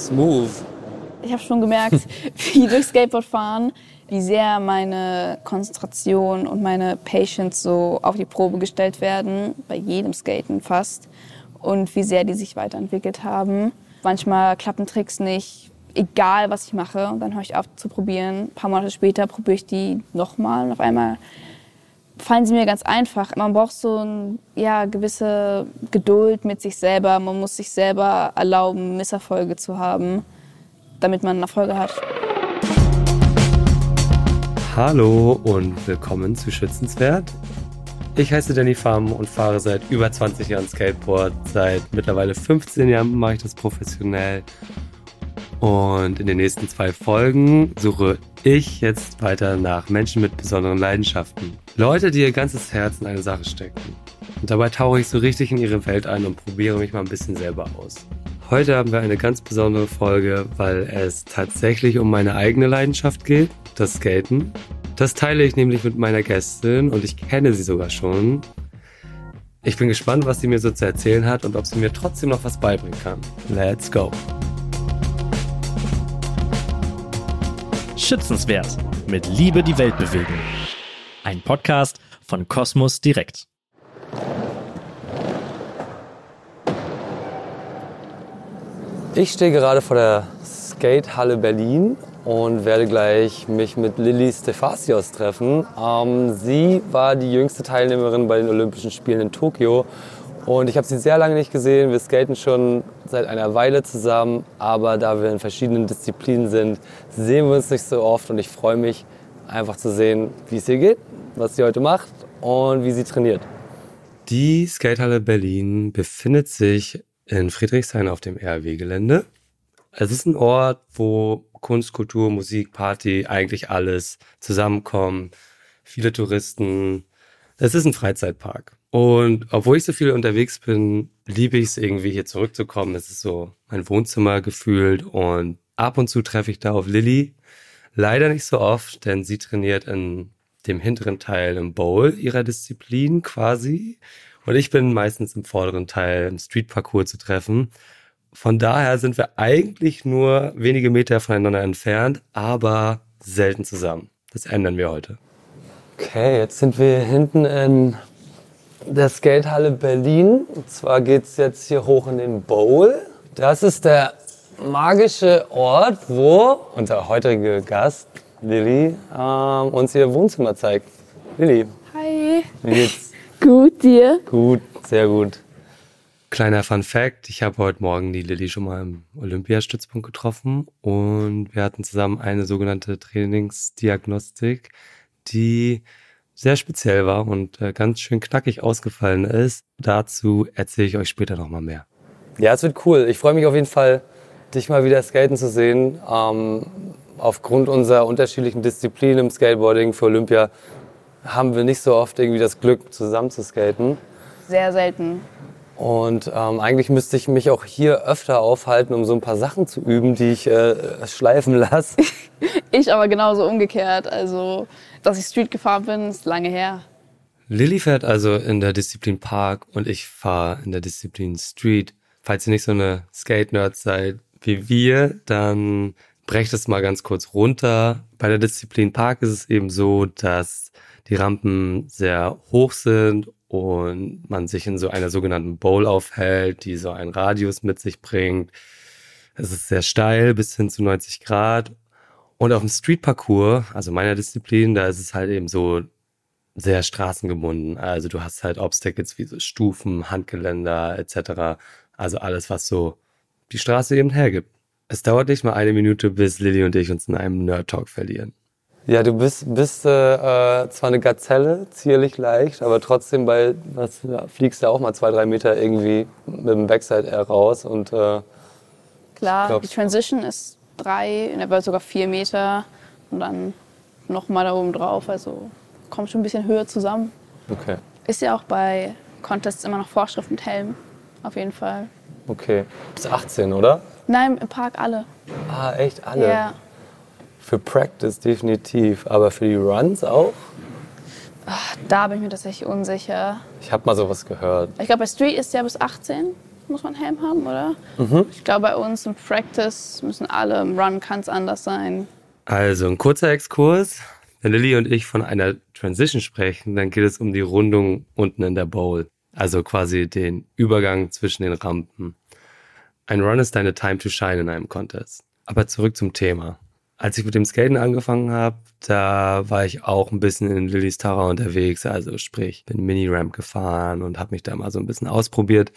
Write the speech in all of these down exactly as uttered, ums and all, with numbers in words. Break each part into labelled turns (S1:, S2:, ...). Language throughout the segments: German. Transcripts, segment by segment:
S1: smooth.
S2: Ich habe schon gemerkt, wie durch Skateboard fahren, wie sehr meine Konzentration und meine Patience so auf die Probe gestellt werden, bei jedem Skaten fast. Und wie sehr die sich weiterentwickelt haben. Manchmal klappen Tricks nicht, egal was ich mache. Und dann höre ich auf zu probieren. Ein paar Monate später probiere ich die nochmal und auf einmal fallen sie mir ganz einfach. Man braucht so eine ja, gewisse Geduld mit sich selber. Man muss sich selber erlauben, Misserfolge zu haben, damit man Erfolge hat.
S1: Hallo und willkommen zu Schützenswert. Ich heiße Danny Pham und fahre seit über zwanzig Jahren Skateboard. Seit mittlerweile fünfzehn Jahren mache ich das professionell. Und in den nächsten zwei Folgen suche ich jetzt weiter nach Menschen mit besonderen Leidenschaften. Leute, die ihr ganzes Herz in eine Sache stecken. Und dabei tauche ich so richtig in ihre Welt ein und probiere mich mal ein bisschen selber aus. Heute haben wir eine ganz besondere Folge, weil es tatsächlich um meine eigene Leidenschaft geht, das Skaten. Das teile ich nämlich mit meiner Gästin und ich kenne sie sogar schon. Ich bin gespannt, was sie mir so zu erzählen hat und ob sie mir trotzdem noch was beibringen kann. Let's go!
S3: Schützenswert. Mit Liebe die Welt bewegen. Ein Podcast von Kosmos Direkt.
S1: Ich stehe gerade vor der Skatehalle Berlin und werde gleich mich mit Lilly Stephasios treffen. Ähm, sie war die jüngste Teilnehmerin bei den Olympischen Spielen in Tokio und ich habe sie sehr lange nicht gesehen. Wir skaten schon seit einer Weile zusammen, aber da wir in verschiedenen Disziplinen sind, sehen wir uns nicht so oft und ich freue mich einfach zu sehen, wie es ihr geht, was sie heute macht und wie sie trainiert. Die Skatehalle Berlin befindet sich in Friedrichshain auf dem R W-Gelände. Es ist ein Ort, wo Kunst, Kultur, Musik, Party, eigentlich alles zusammenkommen. Viele Touristen. Es ist ein Freizeitpark. Und obwohl ich so viel unterwegs bin, liebe ich es irgendwie hier zurückzukommen. Es ist so mein Wohnzimmer gefühlt und ab und zu treffe ich da auf Lilly. Leider nicht so oft, denn sie trainiert in dem hinteren Teil im Bowl ihrer Disziplin quasi. Und ich bin meistens im vorderen Teil im Streetparcours zu treffen. Von daher sind wir eigentlich nur wenige Meter voneinander entfernt, aber selten zusammen. Das ändern wir heute. Okay, jetzt sind wir hinten in der Skatehalle Berlin. Und zwar geht es jetzt hier hoch in den Bowl. Das ist der magische Ort, wo unser heutiger Gast, Lilly, ähm, uns ihr Wohnzimmer zeigt. Lilly.
S2: Hi.
S1: Wie geht's?
S2: Gut, dir?
S1: Gut, sehr gut. Kleiner Fun Fact, ich habe heute Morgen die Lilly schon mal im Olympiastützpunkt getroffen und wir hatten zusammen eine sogenannte Trainingsdiagnostik, die sehr speziell war und äh, ganz schön knackig ausgefallen ist. Dazu erzähle ich euch später nochmal mehr. Ja, es wird cool. Ich freue mich auf jeden Fall, dich mal wieder skaten zu sehen. Ähm, aufgrund unserer unterschiedlichen Disziplinen im Skateboarding für Olympia haben wir nicht so oft irgendwie das Glück, zusammen zu skaten.
S2: Sehr selten.
S1: Und ähm, eigentlich müsste ich mich auch hier öfter aufhalten, um so ein paar Sachen zu üben, die ich äh, schleifen lasse.
S2: Ich aber genauso umgekehrt. Also, dass ich Street gefahren bin, ist lange her.
S1: Lilly fährt also in der Disziplin Park und ich fahre in der Disziplin Street. Falls ihr nicht so eine Skate-Nerds seid wie wir, dann brecht es mal ganz kurz runter. Bei der Disziplin Park ist es eben so, dass die Rampen sehr hoch sind und man sich in so einer sogenannten Bowl aufhält, die so einen Radius mit sich bringt. Es ist sehr steil, bis hin zu neunzig Grad. Und auf dem Streetparcours, also meiner Disziplin, da ist es halt eben so sehr straßengebunden. Also du hast halt Obstacles wie so Stufen, Handgeländer et cetera. Also alles, was so die Straße eben hergibt. Es dauert nicht mal eine Minute, bis Lilly und ich uns in einem Nerd-Talk verlieren. Ja, du bist, bist äh, zwar eine Gazelle, zierlich leicht, aber trotzdem bei was, ja, fliegst du auch mal zwei, drei Meter irgendwie mit dem Backside Air raus. Und, äh,
S2: Klar,
S1: glaub,
S2: die Transition ist drei, in der Welt sogar vier Meter und dann nochmal da oben drauf. Also kommt schon ein bisschen höher zusammen.
S1: Okay.
S2: Ist ja auch bei Contests immer noch Vorschrift mit Helm, auf jeden Fall.
S1: Okay. Bis achtzehn, oder?
S2: Nein, im Park alle.
S1: Ah, echt alle?
S2: Ja.
S1: Für Practice definitiv, aber für die Runs auch?
S2: Ach, da bin ich mir tatsächlich unsicher.
S1: Ich habe mal sowas gehört.
S2: Ich glaube, bei Street ist ja bis achtzehn. muss man einen Helm haben, oder?
S1: Mhm.
S2: Ich glaube, bei uns im Practice müssen alle, im Run kann es anders sein.
S1: Also ein kurzer Exkurs. Wenn Lilly und ich von einer Transition sprechen, dann geht es um die Rundung unten in der Bowl. Also quasi den Übergang zwischen den Rampen. Ein Run ist deine Time to Shine in einem Contest. Aber zurück zum Thema. Als ich mit dem Skaten angefangen habe, da war ich auch ein bisschen in Lillys Terrain unterwegs. Also sprich, bin Mini-Ramp gefahren und habe mich da mal so ein bisschen ausprobiert.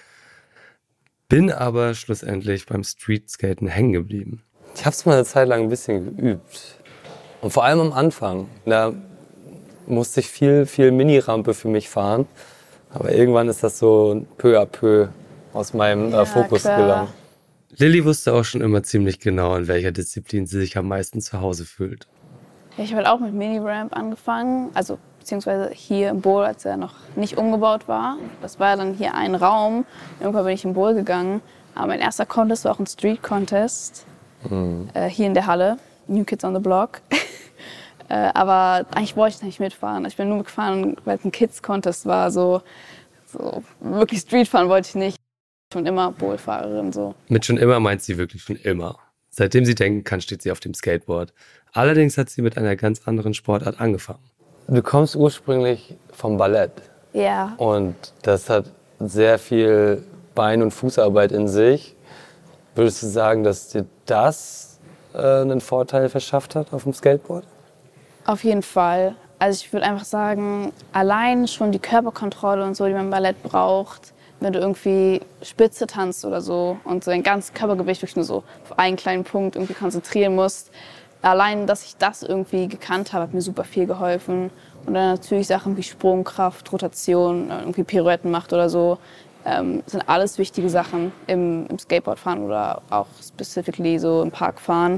S1: Bin aber schlussendlich beim Street-Skaten hängen geblieben. Ich habe es mal eine Zeit lang ein bisschen geübt. Und vor allem am Anfang. Da musste ich viel, viel Mini-Rampe für mich fahren. Aber irgendwann ist das so peu à peu aus meinem
S2: Ja,
S1: äh, Fokus
S2: klar.
S1: gelangt. Lilly wusste auch schon immer ziemlich genau, in welcher Disziplin sie sich am meisten zu Hause fühlt.
S2: Ja, ich habe halt auch mit Mini-Ramp angefangen, also beziehungsweise hier im Bowl, als er noch nicht umgebaut war. Das war dann hier ein Raum. Irgendwann bin ich im Bowl gegangen. Aber mein erster Contest war auch ein Street-Contest, mhm. äh, hier in der Halle, New Kids on the Block. äh, aber eigentlich wollte ich nicht mitfahren. Ich bin nur mitgefahren, weil es ein Kids-Contest war. So, so wirklich Street-fahren wollte ich nicht. Schon immer Bowl-Fahrerin. So.
S1: Mit schon immer meint sie wirklich schon immer. Seitdem sie denken kann, steht sie auf dem Skateboard. Allerdings hat sie mit einer ganz anderen Sportart angefangen. Du kommst ursprünglich vom Ballett.
S2: Ja.
S1: Und das hat sehr viel Bein- und Fußarbeit in sich. Würdest du sagen, dass dir das äh, einen Vorteil verschafft hat auf dem Skateboard?
S2: Auf jeden Fall. Also ich würde einfach sagen, allein schon die Körperkontrolle und so, die man im Ballett braucht, wenn du irgendwie Spitze tanzt oder so und so dein ganzes Körpergewicht wirklich nur so auf einen kleinen Punkt irgendwie konzentrieren musst. Allein, dass ich das irgendwie gekannt habe, hat mir super viel geholfen. Und dann natürlich Sachen wie Sprungkraft, Rotation, irgendwie Pirouetten macht oder so. Ähm, sind alles wichtige Sachen im, im Skateboardfahren oder auch specifically so im Parkfahren.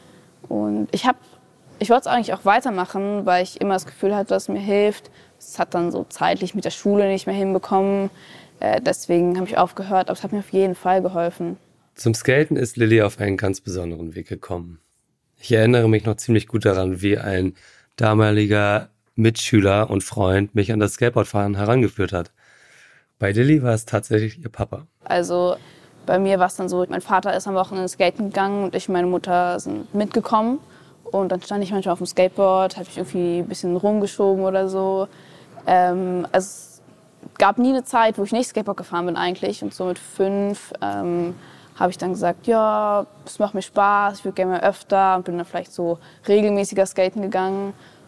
S2: Und ich habe, ich wollte es eigentlich auch weitermachen, weil ich immer das Gefühl hatte, dass es mir hilft. Es hat dann so zeitlich mit der Schule nicht mehr hinbekommen. Äh, deswegen habe ich aufgehört, aber es hat mir auf jeden Fall geholfen.
S1: Zum Skaten ist Lilly auf einen ganz besonderen Weg gekommen. Ich erinnere mich noch ziemlich gut daran, wie ein damaliger Mitschüler und Freund mich an das Skateboardfahren herangeführt hat. Bei Lilly war es tatsächlich ihr Papa.
S2: Also bei mir war es dann so, mein Vater ist am Wochenende skaten gegangen und ich und meine Mutter sind mitgekommen. Und dann stand ich manchmal auf dem Skateboard, habe ich irgendwie ein bisschen rumgeschoben oder so. Ähm, also es gab nie eine Zeit, wo ich nicht Skateboard gefahren bin eigentlich. Und so mit fünf ähm, habe ich dann gesagt, ja, es macht mir Spaß, ich würde gerne mal öfter. Und bin dann vielleicht so regelmäßiger skaten gegangen.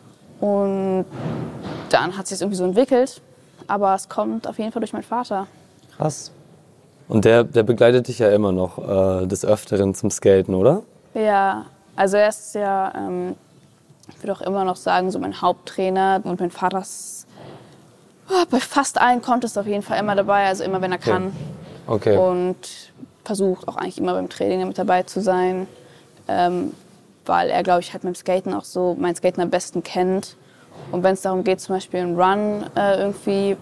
S2: Und dann hat sich das irgendwie so entwickelt. Aber es kommt auf jeden Fall durch meinen Vater.
S1: Krass. Und der, der begleitet dich ja immer noch äh, des Öfteren zum Skaten, oder?
S2: Ja, also er ist ja, ähm, ich würde auch immer noch sagen, so mein Haupttrainer. Und mein Vater ist oh, bei fast allen Contests auf jeden Fall immer dabei, also immer, wenn er kann.
S1: Okay.
S2: Und versucht auch eigentlich immer beim Training mit dabei zu sein. Ähm, weil er, glaube ich, halt mit dem Skaten auch so mein Skaten am besten kennt. Und wenn es darum geht, zum Beispiel einen Run äh, irgendwie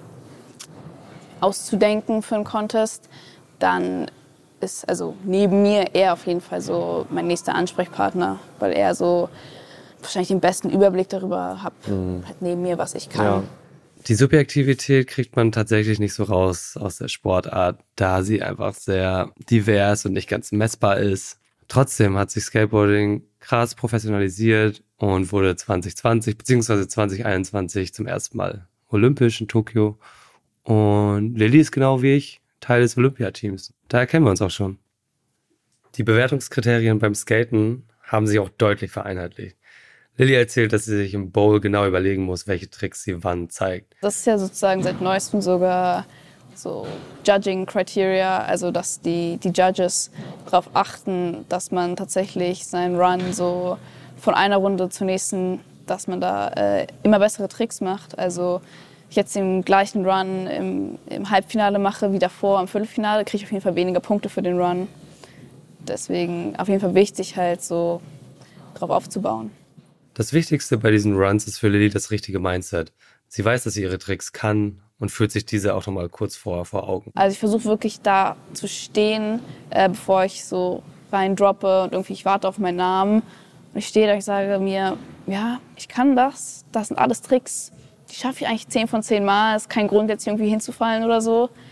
S2: auszudenken für einen Contest, dann ist also neben mir er auf jeden Fall so mein nächster Ansprechpartner, weil er so wahrscheinlich den besten Überblick darüber hat, mhm. halt neben mir, was ich kann.
S1: Ja. Die Subjektivität kriegt man tatsächlich nicht so raus aus der Sportart, da sie einfach sehr divers und nicht ganz messbar ist. Trotzdem hat sich Skateboarding krass professionalisiert und wurde zwanzig zwanzig bzw. zwanzig einundzwanzig zum ersten Mal olympisch in Tokio. Und Lilly ist genau wie ich Teil des Olympiateams. Daher kennen wir uns auch schon. Die Bewertungskriterien beim Skaten haben sich auch deutlich vereinheitlicht. Lilly erzählt, dass sie sich im Bowl genau überlegen muss, welche Tricks sie wann zeigt.
S2: Das ist ja sozusagen seit neuestem sogar so Judging Criteria, also dass die, die Judges darauf achten, dass man tatsächlich seinen Run so von einer Runde zur nächsten, dass man da äh, immer bessere Tricks macht. Also ich jetzt den gleichen Run im, im Halbfinale mache wie davor im Viertelfinale, kriege ich auf jeden Fall weniger Punkte für den Run. Deswegen auf jeden Fall wichtig, halt so drauf aufzubauen.
S1: Das Wichtigste bei diesen Runs ist für Lilly das richtige Mindset. Sie weiß, dass sie ihre Tricks kann und führt sich diese auch noch mal kurz vor, vor Augen.
S2: Also ich versuche wirklich da zu stehen, äh, bevor ich so rein droppe und irgendwie ich warte auf meinen Namen. Und ich stehe da, ich sage mir, ja, ich kann das, das sind alles Tricks, die schaffe ich eigentlich zehn von zehn Mal, ist kein Grund jetzt irgendwie hinzufallen oder so.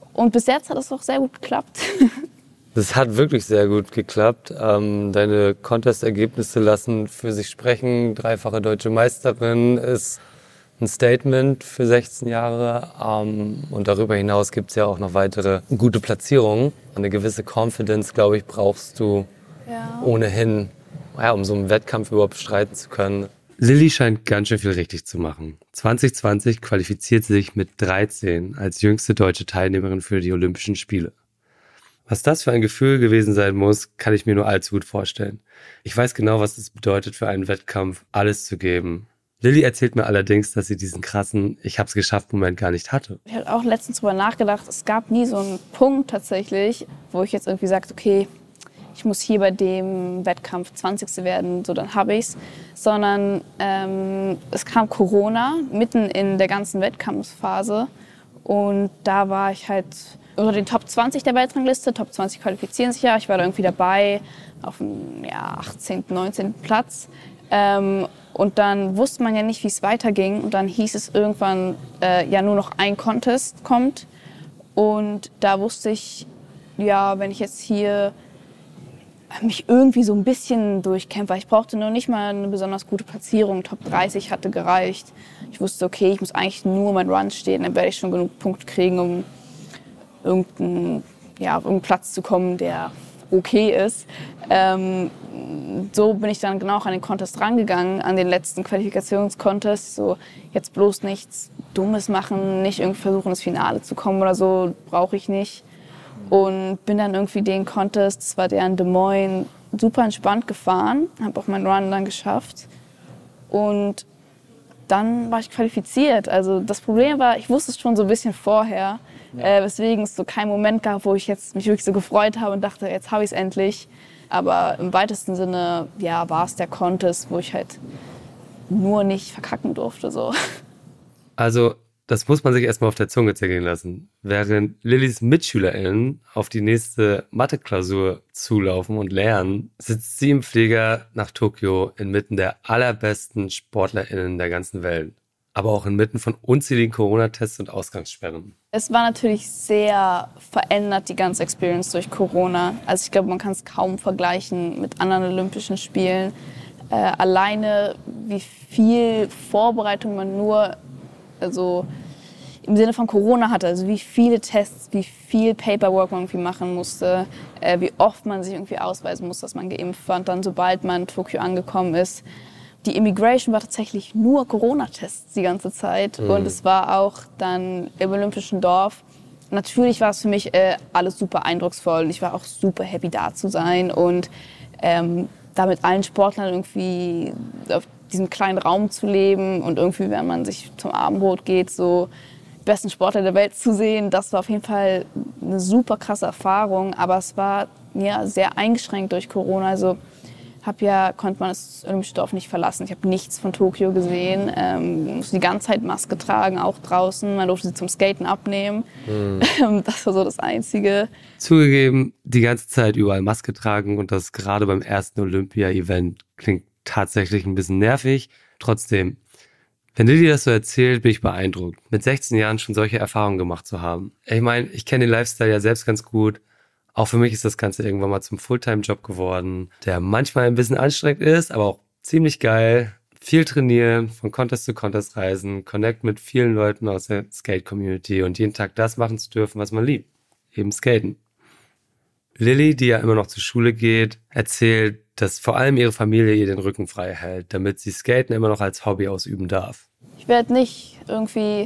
S2: Und bis jetzt hat es auch sehr gut geklappt.
S1: Das hat wirklich sehr gut geklappt. Ähm, deine Contest-Ergebnisse lassen für sich sprechen. Dreifache deutsche Meisterin ist ein Statement für sechzehn Jahre. Ähm, und darüber hinaus gibt es ja auch noch weitere gute Platzierungen. Eine gewisse Confidence, glaube ich, brauchst du ja. ohnehin, ja, um so einen Wettkampf überhaupt bestreiten zu können. Lilly scheint ganz schön viel richtig zu machen. zwanzig zwanzig qualifiziert sie sich mit dreizehn als jüngste deutsche Teilnehmerin für die Olympischen Spiele. Was das für ein Gefühl gewesen sein muss, kann ich mir nur allzu gut vorstellen. Ich weiß genau, was es bedeutet, für einen Wettkampf alles zu geben. Lilly erzählt mir allerdings, dass sie diesen krassen Ich-hab's-geschafft-Moment gar nicht hatte.
S2: Ich habe auch letztens drüber nachgedacht, es gab nie so einen Punkt tatsächlich, wo ich jetzt irgendwie sagte, okay, ich muss hier bei dem Wettkampf zwanzigste werden, so dann habe ich's. Sondern ähm, es kam Corona mitten in der ganzen Wettkampfphase und da war ich halt unter den Top zwanzig der Weltrangliste. Top zwanzig qualifizieren sich ja. Ich war da irgendwie dabei auf dem ja, achtzehnten, neunzehnten Platz. Ähm, und dann wusste man ja nicht, wie es weiterging. Und dann hieß es irgendwann, äh, ja nur noch ein Contest kommt. Und da wusste ich, ja, wenn ich jetzt hier mich irgendwie so ein bisschen durchkämpfe. Ich brauchte nur nicht mal eine besonders gute Platzierung. Top dreißig hatte gereicht. Ich wusste, okay, ich muss eigentlich nur mein Run stehen. Dann werde ich schon genug Punkte kriegen, um irgendeinen, ja, auf irgendeinen Platz zu kommen, der okay ist. Ähm, so bin ich dann genau auch an den Contest rangegangen, an den letzten Qualifikationscontest. So, jetzt bloß nichts Dummes machen, nicht irgendwie versuchen, ins Finale zu kommen oder so, brauche ich nicht. Und bin dann irgendwie den Contest, das war der in Des Moines, super entspannt gefahren, habe auch meinen Run dann geschafft. Und dann war ich qualifiziert. Also das Problem war, ich wusste es schon so ein bisschen vorher, ja. äh, weswegen es so keinen Moment gab, wo ich jetzt mich wirklich so gefreut habe und dachte, jetzt habe ich es endlich. Aber im weitesten Sinne, ja, war es der Contest, wo ich halt nur nicht verkacken durfte. So.
S1: Also das muss man sich erstmal auf der Zunge zergehen lassen. Während Lillys MitschülerInnen auf die nächste Mathe-Klausur zulaufen und lernen, sitzt sie im Flieger nach Tokio inmitten der allerbesten SportlerInnen der ganzen Welt. Aber auch inmitten von unzähligen Corona-Tests und Ausgangssperren.
S2: Es war natürlich sehr verändert, die ganze Experience durch Corona. Also ich glaube, man kann es kaum vergleichen mit anderen Olympischen Spielen. Äh, alleine, wie viel Vorbereitung man nur also im Sinne von Corona hatte, also wie viele Tests, wie viel Paperwork man irgendwie machen musste, äh, wie oft man sich irgendwie ausweisen musste, dass man geimpft war. Und dann, sobald man in Tokio angekommen ist, die Immigration war tatsächlich nur Corona-Tests die ganze Zeit. Mhm. Und es war auch dann im Olympischen Dorf. Natürlich war es für mich äh, alles super eindrucksvoll und ich war auch super happy, da zu sein und ähm, da mit allen Sportlern irgendwie auf diesem kleinen Raum zu leben und irgendwie, wenn man sich zum Abendbrot geht, so die besten Sportler der Welt zu sehen, das war auf jeden Fall eine super krasse Erfahrung, aber es war ja sehr eingeschränkt durch Corona. Also hab ja, konnte man das Olympische Dorf nicht verlassen. Ich habe nichts von Tokio gesehen, ähm, musste die ganze Zeit Maske tragen, auch draußen. Man durfte sie zum Skaten abnehmen. Mhm. Das war so das Einzige.
S1: Zugegeben, die ganze Zeit überall Maske tragen und das gerade beim ersten Olympia-Event klingt tatsächlich ein bisschen nervig. Trotzdem, wenn Lilly das so erzählt, bin ich beeindruckt, mit sechzehn Jahren schon solche Erfahrungen gemacht zu haben. Ich meine, ich kenne den Lifestyle ja selbst ganz gut. Auch für mich ist das Ganze irgendwann mal zum Fulltime-Job geworden, der manchmal ein bisschen anstrengend ist, aber auch ziemlich geil. Viel trainieren, von Contest zu Contest reisen, connect mit vielen Leuten aus der Skate-Community und jeden Tag das machen zu dürfen, was man liebt, eben skaten. Lilly, die ja immer noch zur Schule geht, erzählt, dass vor allem ihre Familie ihr den Rücken frei hält, damit sie Skaten immer noch als Hobby ausüben darf.
S2: Ich werde nicht irgendwie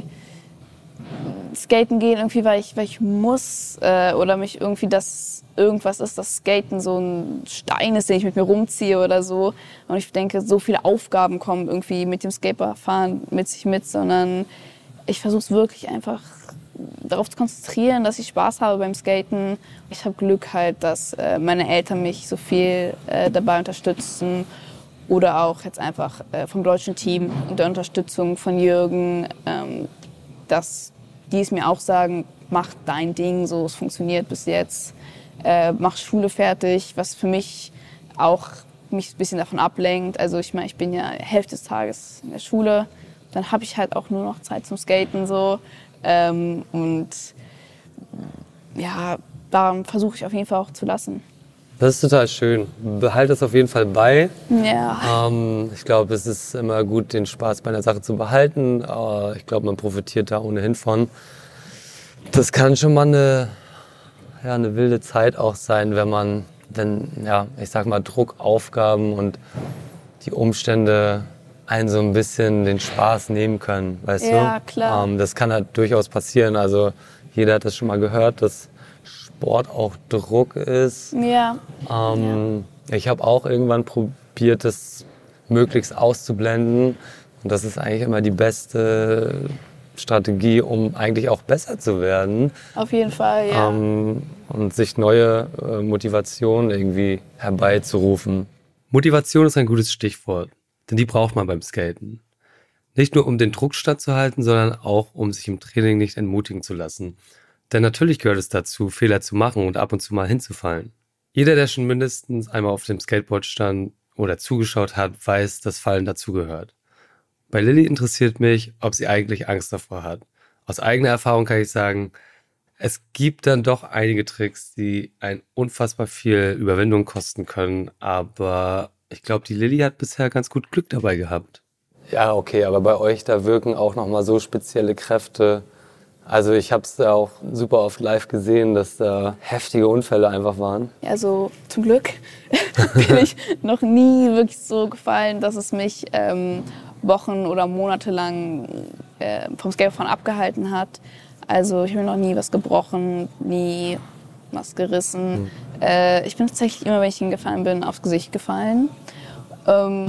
S2: skaten gehen, irgendwie, weil ich, weil ich muss äh, oder mich irgendwie das irgendwas ist, dass Skaten so ein Stein ist, den ich mit mir rumziehe oder so. Und ich denke, so viele Aufgaben kommen irgendwie mit dem Skateboardfahren mit sich mit, sondern ich versuche es wirklich einfach darauf zu konzentrieren, dass ich Spaß habe beim Skaten. Ich habe Glück halt, dass äh, meine Eltern mich so viel äh, dabei unterstützen oder auch jetzt einfach äh, vom deutschen Team und der Unterstützung von Jürgen, ähm, dass die es mir auch sagen, mach dein Ding, so es funktioniert bis jetzt, äh, mach Schule fertig, was für mich auch mich ein bisschen davon ablenkt. Also ich meine, ich bin ja Hälfte des Tages in der Schule, dann habe ich halt auch nur noch Zeit zum Skaten so. Ähm, und ja, daran versuche ich auf jeden Fall auch zu lassen.
S1: Das ist total schön. Behalte es auf jeden Fall bei.
S2: Ja.
S1: Ähm, ich glaube, es ist immer gut, den Spaß bei einer Sache zu behalten. Aber ich glaube, man profitiert da ohnehin von. Das kann schon mal eine, ja, eine wilde Zeit auch sein, wenn man, wenn, ja, ich sag mal, Druckaufgaben und die Umstände einen so ein bisschen den Spaß nehmen können, weißt
S2: ja,
S1: du?
S2: Ja, klar.
S1: Ähm, das kann halt durchaus passieren. Also jeder hat das schon mal gehört, dass Sport auch Druck ist.
S2: Ja.
S1: Ähm, ja. Ich habe auch irgendwann probiert, das möglichst auszublenden. Und das ist eigentlich immer die beste Strategie, um eigentlich auch besser zu werden.
S2: Auf jeden Fall, ja.
S1: Ähm, und sich neue äh, Motivation irgendwie herbeizurufen. Motivation ist ein gutes Stichwort, denn die braucht man beim Skaten. Nicht nur, um den Druck standzuhalten, sondern auch, um sich im Training nicht entmutigen zu lassen. Denn natürlich gehört es dazu, Fehler zu machen und ab und zu mal hinzufallen. Jeder, der schon mindestens einmal auf dem Skateboard stand oder zugeschaut hat, weiß, dass Fallen dazugehört. Bei Lilly interessiert mich, ob sie eigentlich Angst davor hat. Aus eigener Erfahrung kann ich sagen, es gibt dann doch einige Tricks, die einen unfassbar viel Überwindung kosten können, aber ich glaube, die Lilly hat bisher ganz gut Glück dabei gehabt. Ja, okay, aber bei euch, da wirken auch nochmal so spezielle Kräfte. Also ich habe es auch super oft live gesehen, dass da heftige Unfälle einfach waren.
S2: Also zum Glück bin ich noch nie wirklich so gefallen, dass es mich ähm, Wochen oder Monate lang äh, vom Skateboardfahren abgehalten hat. Also ich habe mir noch nie was gebrochen, nie was gerissen. Mhm. Äh, ich bin tatsächlich immer, wenn ich hingefallen bin, aufs Gesicht gefallen. Ähm,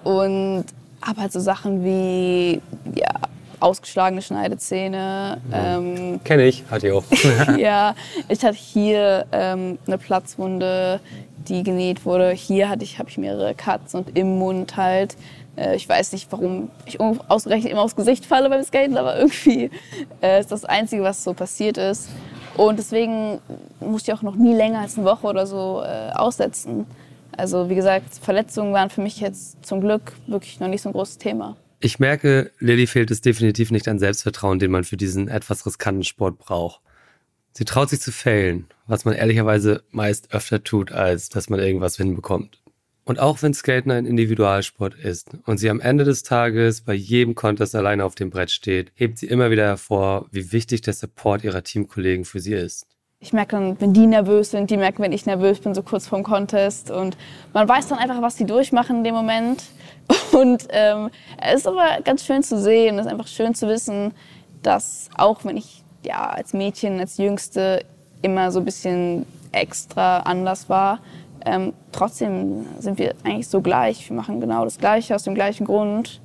S2: und habe halt so Sachen wie ja, ausgeschlagene Schneidezähne.
S1: Ja.
S2: Ähm,
S1: Kenne ich, hatte ich auch.
S2: ja, ich hatte hier ähm, eine Platzwunde, die genäht wurde. Hier hatte ich, habe ich mehrere Cuts und im Mund halt. Äh, ich weiß nicht, warum ich ausgerechnet immer aufs Gesicht falle beim Skaten, aber irgendwie äh, ist das Einzige, was so passiert ist. Und deswegen musste ich auch noch nie länger als eine Woche oder so äh, aussetzen. Also wie gesagt, Verletzungen waren für mich jetzt zum Glück wirklich noch nicht so ein großes Thema.
S1: Ich merke, Lilly fehlt es definitiv nicht an Selbstvertrauen, den man für diesen etwas riskanten Sport braucht. Sie traut sich zu failen, was man ehrlicherweise meist öfter tut, als dass man irgendwas hinbekommt. Und auch wenn Skaten ein Individualsport ist und sie am Ende des Tages bei jedem Contest alleine auf dem Brett steht, hebt sie immer wieder hervor, wie wichtig der Support ihrer Teamkollegen für sie ist.
S2: Ich merke dann, wenn die nervös sind, die merken, wenn ich nervös bin, so kurz vorm Contest. Und man weiß dann einfach, was die durchmachen in dem Moment. Und ähm, es ist aber ganz schön zu sehen, es ist einfach schön zu wissen, dass auch wenn ich ja, als Mädchen, als Jüngste immer so ein bisschen extra anders war, ähm, trotzdem sind wir eigentlich so gleich. Wir machen genau das Gleiche aus dem gleichen Grund.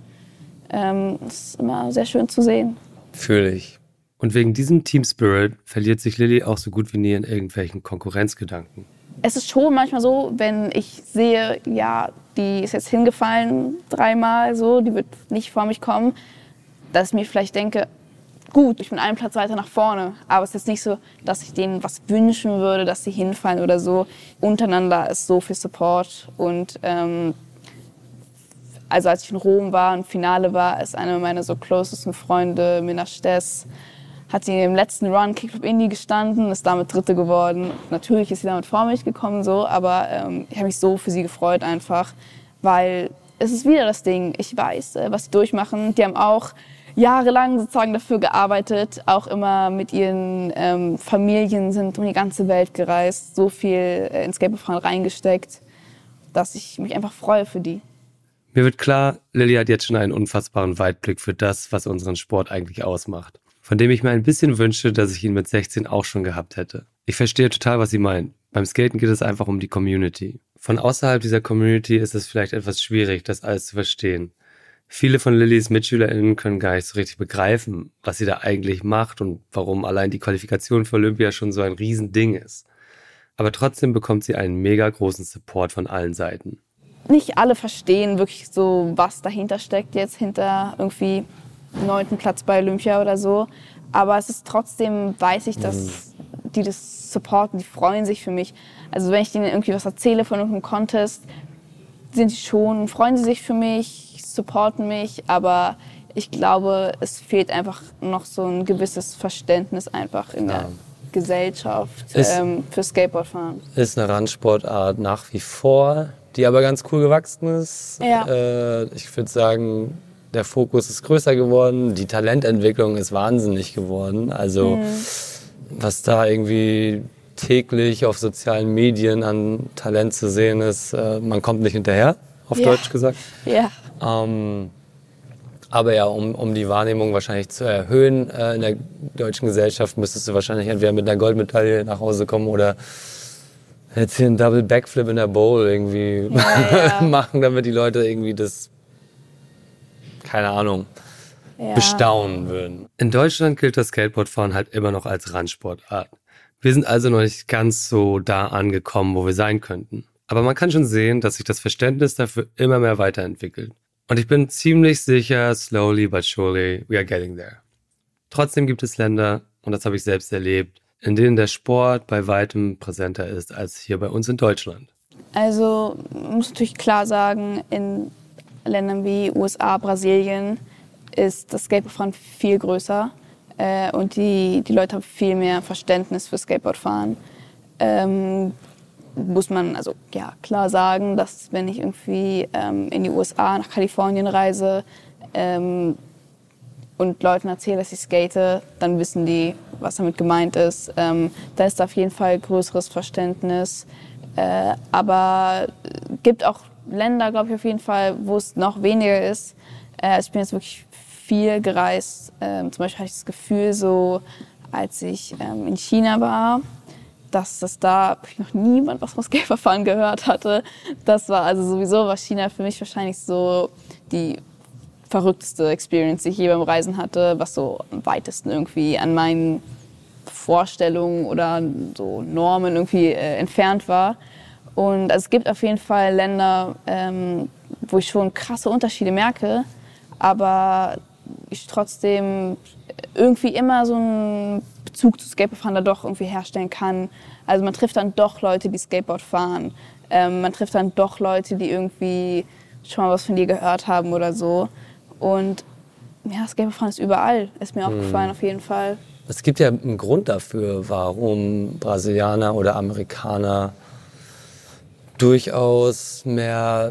S2: Ähm, das ist immer sehr schön zu sehen.
S1: Fühle ich. Und wegen diesem Team Spirit verliert sich Lilly auch so gut wie nie in irgendwelchen Konkurrenzgedanken.
S2: Es ist schon manchmal so, wenn ich sehe, ja, die ist jetzt hingefallen dreimal so, die wird nicht vor mich kommen, dass ich mir vielleicht denke, gut, ich bin einen Platz weiter nach vorne. Aber es ist jetzt nicht so, dass ich denen was wünschen würde, dass sie hinfallen oder so. Untereinander ist so viel Support. Und ähm, also als ich in Rom war und Finale war, ist eine meiner so closesten Freunde, Minna Stess, hat sie im letzten Run Kickflip Indie gestanden, ist damit Dritte geworden. Natürlich ist sie damit vor mich gekommen, so, aber ähm, ich habe mich so für sie gefreut einfach, weil es ist wieder das Ding. Ich weiß, äh, was sie durchmachen. Die haben auch jahrelang sozusagen dafür gearbeitet, auch immer mit ihren ähm, Familien sind um die ganze Welt gereist, so viel äh, ins Skateboardfahren reingesteckt, dass ich mich einfach freue für die.
S1: Mir wird klar, Lilly hat jetzt schon einen unfassbaren Weitblick für das, was unseren Sport eigentlich ausmacht, von dem ich mir ein bisschen wünsche, dass ich ihn mit sechzehn auch schon gehabt hätte. Ich verstehe total, was sie meint. Beim Skaten geht es einfach um die Community. Von außerhalb dieser Community ist es vielleicht etwas schwierig, das alles zu verstehen. Viele von Lillys MitschülerInnen können gar nicht so richtig begreifen, was sie da eigentlich macht und warum allein die Qualifikation für Olympia schon so ein Riesending ist. Aber trotzdem bekommt sie einen mega großen Support von allen Seiten.
S2: Nicht alle verstehen wirklich so, was dahinter steckt jetzt, hinter irgendwie neunten Platz bei Olympia oder so. Aber es ist trotzdem, weiß ich, dass die das supporten, die freuen sich für mich. Also wenn ich denen irgendwie was erzähle von irgendeinem Contest, sind die schon, freuen sie sich für mich, supporten mich, aber ich glaube, es fehlt einfach noch so ein gewisses Verständnis einfach in
S1: Ja.
S2: der Gesellschaft
S1: Ist-
S2: ähm, für Skateboardfahren?
S1: Ist eine Randsportart nach wie vor, die aber ganz cool gewachsen ist.
S2: Ja.
S1: Äh, ich würde sagen, der Fokus ist größer geworden, die Talententwicklung ist wahnsinnig geworden. Also
S2: Mhm.
S1: was da irgendwie täglich auf sozialen Medien an Talent zu sehen ist, äh, man kommt nicht hinterher, auf
S2: Ja.
S1: Deutsch gesagt.
S2: Ja.
S1: Ähm, aber ja, um, um die Wahrnehmung wahrscheinlich zu erhöhen äh, in der deutschen Gesellschaft, müsstest du wahrscheinlich entweder mit einer Goldmedaille nach Hause kommen oder jetzt hier einen Double Backflip in der Bowl irgendwie
S2: Ja, ja.
S1: machen, damit die Leute irgendwie das, keine Ahnung,
S2: Ja.
S1: bestaunen würden. In Deutschland gilt das Skateboardfahren halt immer noch als Randsportart. Wir sind also noch nicht ganz so da angekommen, wo wir sein könnten. Aber man kann schon sehen, dass sich das Verständnis dafür immer mehr weiterentwickelt. Und ich bin ziemlich sicher, slowly but surely, we are getting there. Trotzdem gibt es Länder, und das habe ich selbst erlebt, in denen der Sport bei weitem präsenter ist als hier bei uns in Deutschland.
S2: Also man muss natürlich klar sagen, in Ländern wie U S A, Brasilien ist das Skateboardfahren viel größer äh, und die, die Leute haben viel mehr Verständnis für Skateboardfahren. Ähm, muss man also ja klar sagen, dass wenn ich irgendwie ähm, in die U S A nach Kalifornien reise ähm, und Leuten erzähle, dass ich skate, dann wissen die, was damit gemeint ist. Ähm, da ist auf jeden Fall größeres Verständnis. Äh, aber es gibt auch Länder, glaube ich, auf jeden Fall, wo es noch weniger ist. Äh, ich bin jetzt wirklich viel gereist. Ähm, zum Beispiel hatte ich das Gefühl, so als ich ähm, in China war, dass das da noch niemand was vom Skateboardfahren gehört hatte. Das war also sowieso war China für mich wahrscheinlich so die verrückteste Experience, die ich je beim Reisen hatte, was so am weitesten irgendwie an meinen Vorstellungen oder so Normen irgendwie äh, entfernt war. Und also es gibt auf jeden Fall Länder, ähm, wo ich schon krasse Unterschiede merke, aber ich trotzdem irgendwie immer so einen Bezug zu Skateboardfahren da doch irgendwie herstellen kann. Also man trifft dann doch Leute, die Skateboard fahren. Ähm, man trifft dann doch Leute, die irgendwie schon mal was von dir gehört haben oder so. Und ja, Skateboardfahren ist überall, ist mir aufgefallen auf jeden Fall.
S1: Es gibt ja einen Grund dafür, warum Brasilianer oder Amerikaner durchaus mehr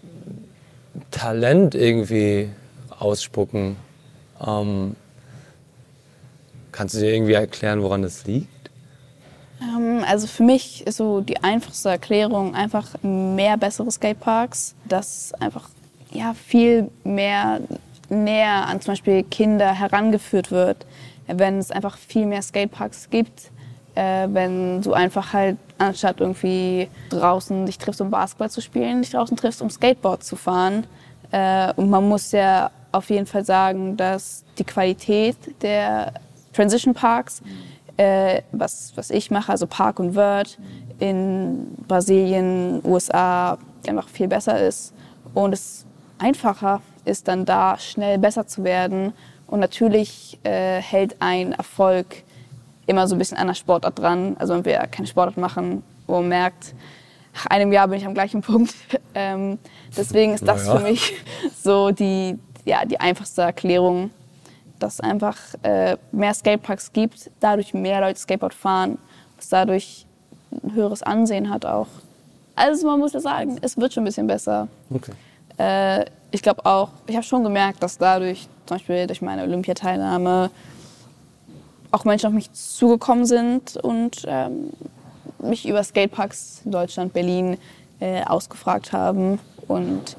S1: Talent irgendwie ausspucken. Ähm, kannst du dir irgendwie erklären, woran das liegt?
S2: Ähm, also für mich ist so die einfachste Erklärung einfach mehr bessere Skateparks, dass einfach ja, viel mehr näher an zum Beispiel Kinder herangeführt wird, wenn es einfach viel mehr Skateparks gibt, äh, wenn du einfach halt anstatt irgendwie draußen dich triffst, um Basketball zu spielen, dich draußen triffst, um Skateboard zu fahren. Äh, und man muss ja auf jeden Fall sagen, dass die Qualität der Transition Parks, äh, was, was ich mache, also Park und Vert, in Brasilien, U S A, einfach viel besser ist. Und es einfacher ist dann da schnell besser zu werden. Und natürlich äh, hält ein Erfolg immer so ein bisschen an der Sportart dran. Also wenn wir keine Sportart machen, wo man merkt, nach einem Jahr bin ich am gleichen Punkt. ähm, deswegen ist das
S1: Naja.
S2: für mich so die, ja, die einfachste Erklärung, dass es einfach äh, mehr Skateparks gibt, dadurch mehr Leute Skateboard fahren, was dadurch ein höheres Ansehen hat auch. Also man muss ja sagen, es wird schon ein bisschen besser.
S1: Okay.
S2: Äh, ich glaube auch, ich habe schon gemerkt, dass dadurch, zum Beispiel durch meine Olympiateilnahme, auch Menschen auf mich zugekommen sind und ähm, mich über Skateparks in Deutschland, Berlin äh, ausgefragt haben. Und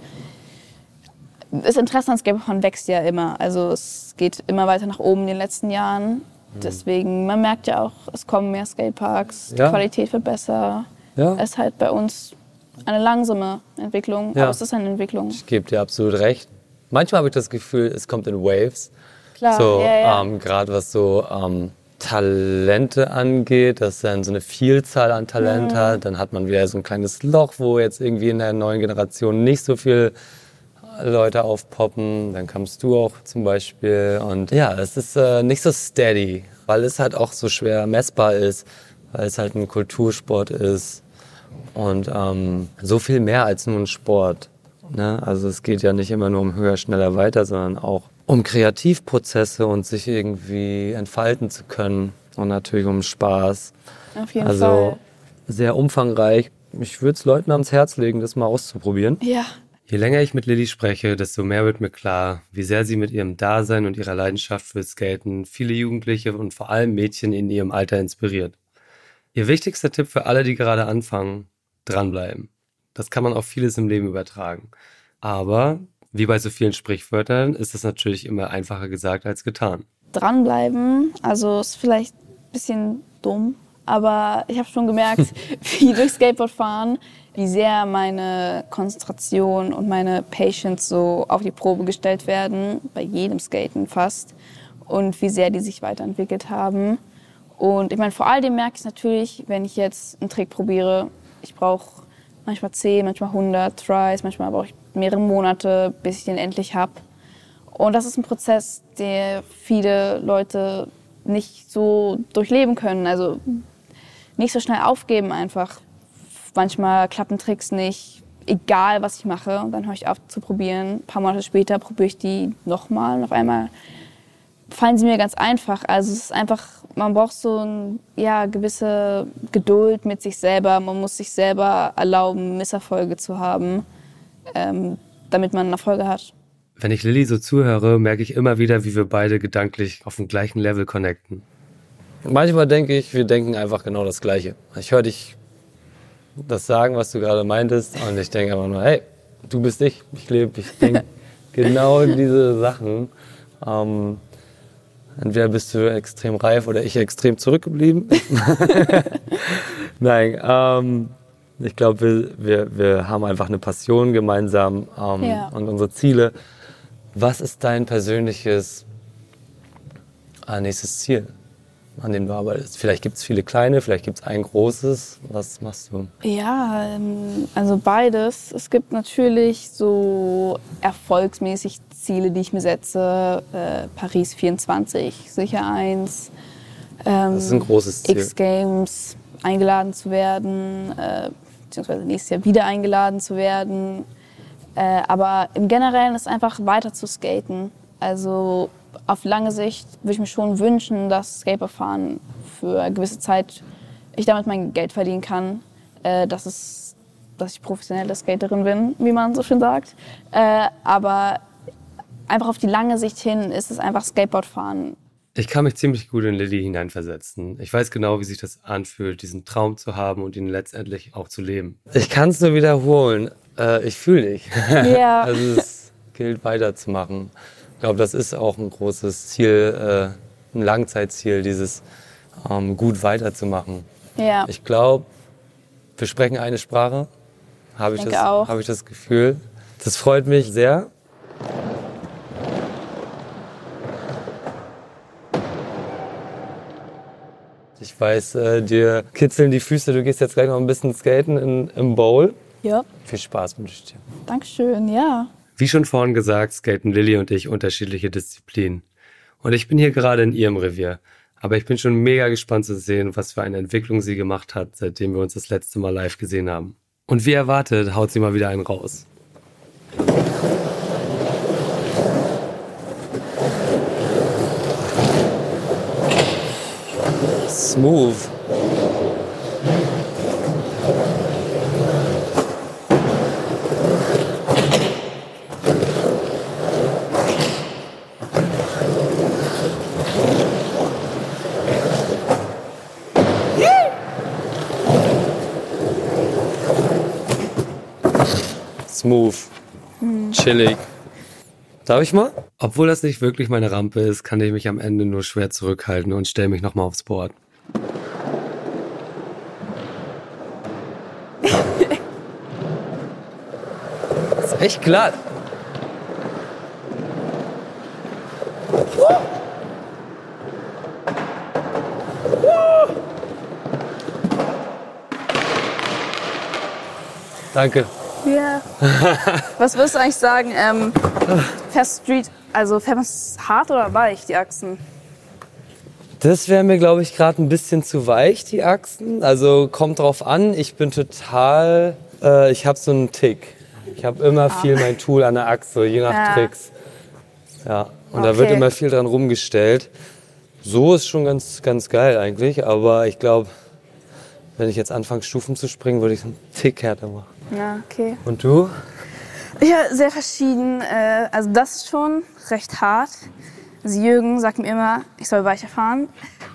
S2: das Interesse an Skateboardfahren wächst ja immer. Also es geht immer weiter nach oben in den letzten Jahren. Deswegen, man merkt ja auch, es kommen mehr Skateparks, die
S1: Ja.
S2: Qualität wird besser.
S1: Ja.
S2: Es ist halt bei uns eine langsame Entwicklung,
S1: Ja.
S2: aber es ist eine Entwicklung.
S1: Ich gebe dir absolut recht. Manchmal habe ich das Gefühl, es kommt in Waves.
S2: Klar,
S1: So,
S2: ja, ja.
S1: ähm, gerade was so ähm, Talente angeht, dass dann so eine Vielzahl an Talent
S2: Mhm.
S1: hat. Dann hat man wieder so ein kleines Loch, wo jetzt irgendwie in der neuen Generation nicht so viel Leute aufpoppen. Dann kamst du auch zum Beispiel. Und ja, es ist äh, nicht so steady, weil es halt auch so schwer messbar ist, weil es halt ein Kultursport ist. Und ähm, so viel mehr als nur ein Sport. Ne? Also es geht ja nicht immer nur um höher, schneller, weiter, sondern auch um Kreativprozesse und sich irgendwie entfalten zu können. und natürlich um Spaß.
S2: Auf jeden
S1: also
S2: Fall.
S1: sehr umfangreich. Ich würde es Leuten ans Herz legen, das mal auszuprobieren.
S2: Ja.
S4: Je länger ich mit Lilly spreche, desto mehr wird mir klar, wie sehr sie mit ihrem Dasein und ihrer Leidenschaft für Skaten viele Jugendliche und vor allem Mädchen in ihrem Alter inspiriert. Ihr wichtigster Tipp für alle, die gerade anfangen: dranbleiben. Das kann man auf vieles im Leben übertragen. Aber wie bei so vielen Sprichwörtern ist es natürlich immer einfacher gesagt als getan.
S2: Dranbleiben, also ist vielleicht ein bisschen dumm, aber ich habe schon gemerkt, wie durch Skateboardfahren, wie sehr meine Konzentration und meine Patience so auf die Probe gestellt werden, bei jedem Skaten fast, und wie sehr die sich weiterentwickelt haben. Und ich meine, vor allem merke ich es natürlich, wenn ich jetzt einen Trick probiere. Ich brauche manchmal zehn, manchmal hundert Tries, manchmal brauche ich mehrere Monate, bis ich den endlich habe. Und das ist ein Prozess, der viele Leute nicht so durchleben können. Also nicht so schnell aufgeben einfach. Manchmal klappen Tricks nicht, egal was ich mache. Und dann höre ich auf zu probieren. Ein paar Monate später probiere ich die nochmal und auf einmal fallen sie mir ganz einfach. Also es ist einfach, man braucht so eine ja, gewisse Geduld mit sich selber. Man muss sich selber erlauben, Misserfolge zu haben, ähm, damit man Erfolge hat.
S4: Wenn ich Lilly so zuhöre, merke ich immer wieder, wie wir beide gedanklich auf dem gleichen Level connecten.
S1: Manchmal denke ich, wir denken einfach genau das Gleiche. Ich höre dich das sagen, was du gerade meintest, und ich denke einfach nur, hey, du bist ich, ich lebe, ich denke genau diese Sachen. Ähm, entweder bist du extrem reif oder ich extrem zurückgeblieben. Nein, ähm, ich glaube, wir, wir, wir haben einfach eine Passion gemeinsam ähm,
S2: Ja.
S1: und unsere Ziele. Was ist dein persönliches äh, nächstes Ziel, an dem du arbeitest? Vielleicht gibt es viele kleine, vielleicht gibt es ein großes. Was machst du?
S2: Ja, ähm, also beides. Es gibt natürlich so erfolgsmäßig Ziele, die ich mir setze. Äh, Paris vierundzwanzig, sicher eins. Ähm,
S1: Das ist ein großes Ziel.
S2: X-Games, eingeladen zu werden, äh, beziehungsweise nächstes Jahr wieder eingeladen zu werden. Äh, aber im Generellen ist einfach weiter zu skaten. Also auf lange Sicht würde ich mir schon wünschen, dass Skateboardfahren für eine gewisse Zeit ich damit mein Geld verdienen kann. Äh, dass, es, dass ich professionelle Skaterin bin, wie man so schön sagt. Äh, aber einfach auf die lange Sicht hin ist es einfach Skateboardfahren.
S4: Ich kann mich ziemlich gut in Lilly hineinversetzen. Ich weiß genau, wie sich das anfühlt, diesen Traum zu haben und ihn letztendlich auch zu leben.
S1: Ich kann es nur wiederholen. Äh, ich fühle dich.
S2: Ja.
S1: Also es gilt weiterzumachen. Ich glaube, das ist auch ein großes Ziel, äh, ein Langzeitziel, dieses ähm, gut weiterzumachen.
S2: Ja.
S1: Ich glaube, wir sprechen eine Sprache, habe ich,
S2: denke
S1: das-
S2: auch.
S1: habe ich das Gefühl. Das freut mich sehr. Ich weiß, äh, dir kitzeln die Füße, du gehst jetzt gleich noch ein bisschen skaten in, im Bowl.
S2: Ja.
S1: Viel Spaß wünsche ich dir.
S2: Dankeschön, ja.
S4: Wie schon vorhin gesagt, skaten Lilly und ich unterschiedliche Disziplinen. Und ich bin hier gerade in ihrem Revier. Aber ich bin schon mega gespannt zu sehen, was für eine Entwicklung sie gemacht hat, seitdem wir uns das letzte Mal live gesehen haben. Und wie erwartet, haut sie mal wieder einen raus.
S1: Smooth. Smooth. Chillig. Darf ich mal?
S4: Obwohl das nicht wirklich meine Rampe ist, kann ich mich am Ende nur schwer zurückhalten und stelle mich nochmal aufs Board.
S1: Ist echt glatt. Danke.
S2: Ja. Was würdest du eigentlich sagen? Ähm, fährst Street, also fährt man es hart oder weich, die Achsen?
S1: Das wäre mir, glaube ich, gerade ein bisschen zu weich, die Achsen. Also kommt drauf an. Ich bin total, äh, ich habe so einen Tick. Ich habe immer viel mein Tool an der Achse, je nach
S2: Ja.
S1: Tricks. Ja, und da wird
S2: Okay.
S1: immer viel dran rumgestellt. So ist schon ganz, ganz geil eigentlich, aber ich glaube, wenn ich jetzt anfange, Stufen zu springen, würde ich es einen Tick härter machen.
S2: Ja, okay.
S1: Und du?
S2: Ja, sehr verschieden. Äh, also das ist schon recht hart. Also Jürgen sagt mir immer, ich soll weicher fahren.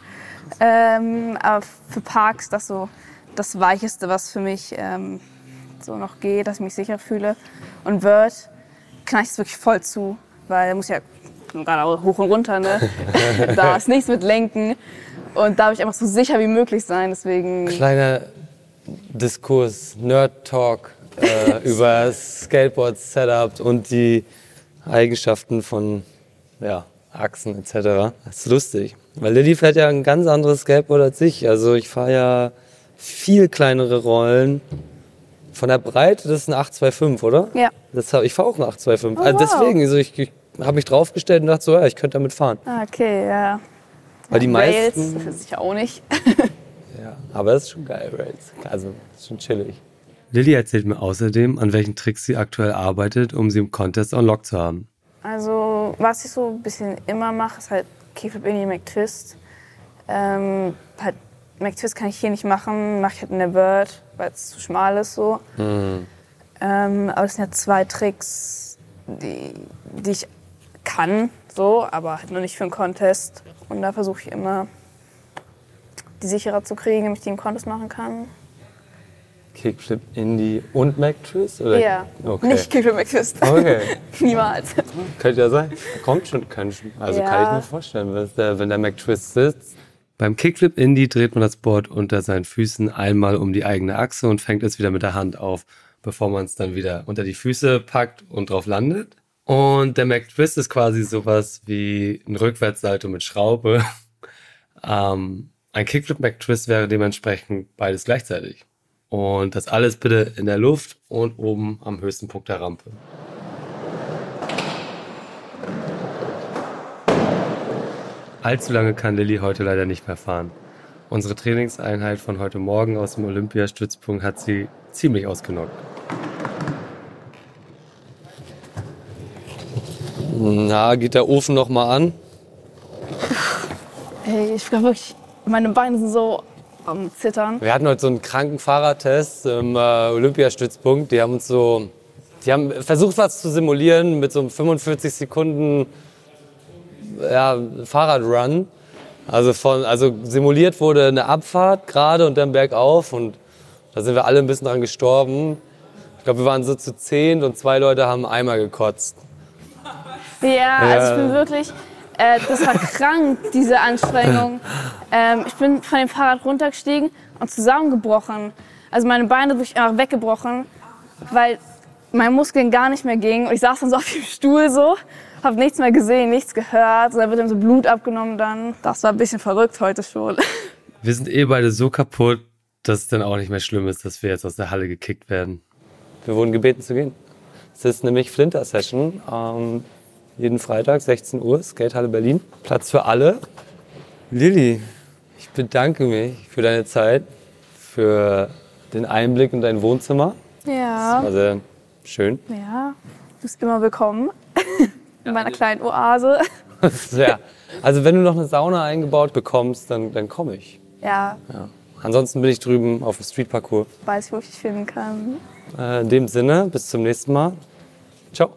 S2: Ähm, aber für Parks das so das Weicheste, was für mich ähm, so noch geht, dass ich mich sicher fühle. Und Vert knall ich es wirklich voll zu, weil er muss ja gerade hoch und runter, ne? Da ist nichts mit Lenken. Und da habe ich einfach so sicher wie möglich sein, deswegen...
S1: Kleiner Diskurs, Nerd-Talk äh, über Skateboard-Setup und die Eigenschaften von ja, Achsen et cetera. Das ist lustig, weil Lilly fährt ja ein ganz anderes Skateboard als ich. Also ich fahre ja viel kleinere Rollen. Von der Breite, das ist ein acht zwei fünf, oder?
S2: Ja.
S1: Das hab, ich fahre auch ein acht zwei fünf.
S2: Oh,
S1: also
S2: wow.
S1: deswegen, also ich, ich habe mich draufgestellt und dachte so, ja, ich könnte damit fahren.
S2: Ah, okay, ja.
S1: Weil die
S2: Rails,
S1: meisten...
S2: das ist sicher auch nicht.
S1: Ja, aber das ist schon geil, Rails. Also, das ist schon chillig.
S4: Lilly erzählt mir außerdem, an welchen Tricks sie aktuell arbeitet, um sie im Contest on Lock zu haben.
S2: Also, was ich so ein bisschen immer mache, ist halt Kickflip Indie McTwist. Ähm, halt, McTwist kann ich hier nicht machen, mache ich halt in der Vert, weil es zu schmal ist so.
S1: Mhm.
S2: Ähm, aber es sind ja zwei Tricks, die, die ich kann, so, aber halt nur nicht für einen Contest. Und da versuche ich immer, die sicherer zu kriegen, damit ich die im Contest machen kann.
S1: Kickflip, Indie und McTwist? Oder?
S2: Ja,
S1: Okay.
S2: nicht Kickflip McTwist.
S1: Okay.
S2: Niemals.
S1: Könnte ja sein. Kommt schon, kann schon. Also
S2: Ja.
S1: kann ich mir vorstellen, wenn der, wenn der McTwist sitzt.
S4: Beim Kickflip Indie dreht man das Board unter seinen Füßen einmal um die eigene Achse und fängt es wieder mit der Hand auf, bevor man es dann wieder unter die Füße packt und drauf landet. Und der McTwist ist quasi sowas wie ein Rückwärtssalto mit Schraube. ähm, ein Kickflip McTwist wäre dementsprechend beides gleichzeitig. Und das alles bitte in der Luft und oben am höchsten Punkt der Rampe. Allzu lange kann Lilly heute leider nicht mehr fahren. Unsere Trainingseinheit von heute Morgen aus dem Olympiastützpunkt hat sie ziemlich ausgenockt.
S1: Na, geht der Ofen noch mal an?
S2: Ey, ich glaube wirklich, meine Beine sind so am Zittern.
S1: Wir hatten heute so einen kranken Fahrradtest im äh, Olympiastützpunkt. Die haben uns so, die haben versucht, was zu simulieren mit so einem fünfundvierzig Sekunden ja, Fahrradrun. Also von, also simuliert wurde eine Abfahrt gerade und dann bergauf und da sind wir alle ein bisschen dran gestorben. Ich glaube, wir waren so zu zehn und zwei Leute haben einmal gekotzt.
S2: Ja, also ich bin wirklich, äh, das war krank, diese Anstrengung. Ähm, ich bin von dem Fahrrad runtergestiegen und zusammengebrochen. Also meine Beine sind wirklich einfach weggebrochen, weil meine Muskeln gar nicht mehr gingen. Und ich saß dann so auf dem Stuhl so, hab nichts mehr gesehen, nichts gehört. Und dann wird dann so Blut abgenommen dann. Das war ein bisschen verrückt heute schon.
S4: Wir sind eh beide so kaputt, dass es dann auch nicht mehr schlimm ist, dass wir jetzt aus der Halle gekickt werden.
S1: Wir wurden gebeten zu gehen. Es ist nämlich Flinter-Session. Ähm, jeden Freitag, sechzehn Uhr, Skatehalle Berlin. Platz für alle. Lilly, ich bedanke mich für deine Zeit, für den Einblick in dein Wohnzimmer.
S2: Ja,
S1: War sehr schön.
S2: ja, du bist immer willkommen in meiner kleinen Oase.
S1: Ja. Also wenn du noch eine Sauna eingebaut bekommst, dann, dann komme ich.
S2: Ja,
S1: Ja. Ansonsten bin ich drüben auf dem Streetparcours.
S2: weiß ich, wo ich dich finden kann.
S1: Äh, in dem Sinne, bis zum nächsten Mal. Ciao.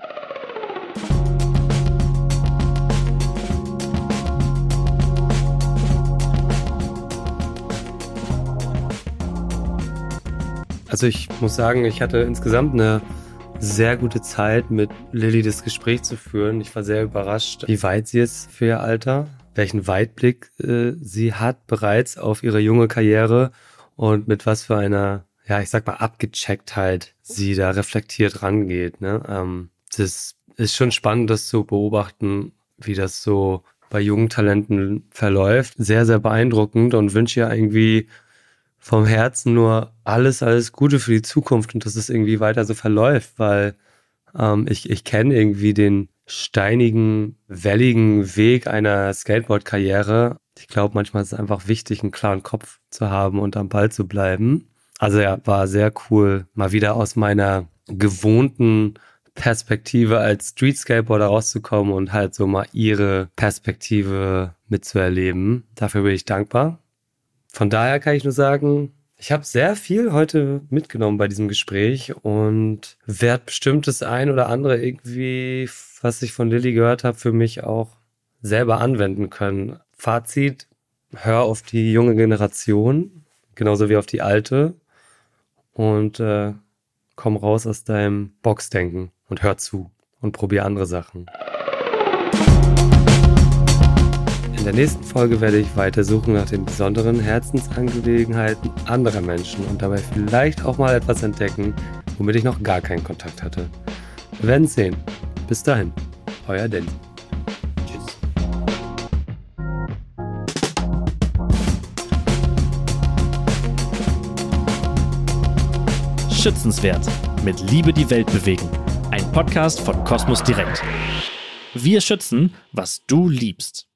S4: Also ich muss sagen, ich hatte insgesamt eine sehr gute Zeit, mit Lilly das Gespräch zu führen. Ich war sehr überrascht, wie weit sie ist für ihr Alter, welchen Weitblick äh, sie hat bereits auf ihre junge Karriere und mit was für einer, ja, ich sag mal, Abgechecktheit sie da reflektiert rangeht. Ne? Ähm, das ist schon spannend, das zu beobachten, wie das so bei jungen Talenten verläuft. Sehr, sehr beeindruckend und wünsche ihr irgendwie vom Herzen nur alles, alles Gute für die Zukunft und dass es irgendwie weiter so verläuft, weil ähm, ich, ich kenne irgendwie den steinigen, welligen Weg einer Skateboard-Karriere. Ich glaube, manchmal ist es einfach wichtig, einen klaren Kopf zu haben und am Ball zu bleiben. Also ja, war sehr cool, mal wieder aus meiner gewohnten Perspektive als Street-Skateboarder rauszukommen und halt so mal ihre Perspektive mitzuerleben. Dafür bin ich dankbar. Von daher kann ich nur sagen, ich habe sehr viel heute mitgenommen bei diesem Gespräch und werde bestimmt das ein oder andere irgendwie, was ich von Lilly gehört habe, für mich auch selber anwenden können. Fazit, hör auf die junge Generation, genauso wie auf die alte und äh, komm raus aus deinem Boxdenken und hör zu und probier andere Sachen. In der nächsten Folge werde ich weiter suchen nach den besonderen Herzensangelegenheiten anderer Menschen und dabei vielleicht auch mal etwas entdecken, womit ich noch gar keinen Kontakt hatte. Wir werden sehen. Bis dahin, euer Danny. Tschüss.
S3: Schützenswert. Mit Liebe die Welt bewegen. Ein Podcast von Kosmos Direkt. Wir schützen, was du liebst.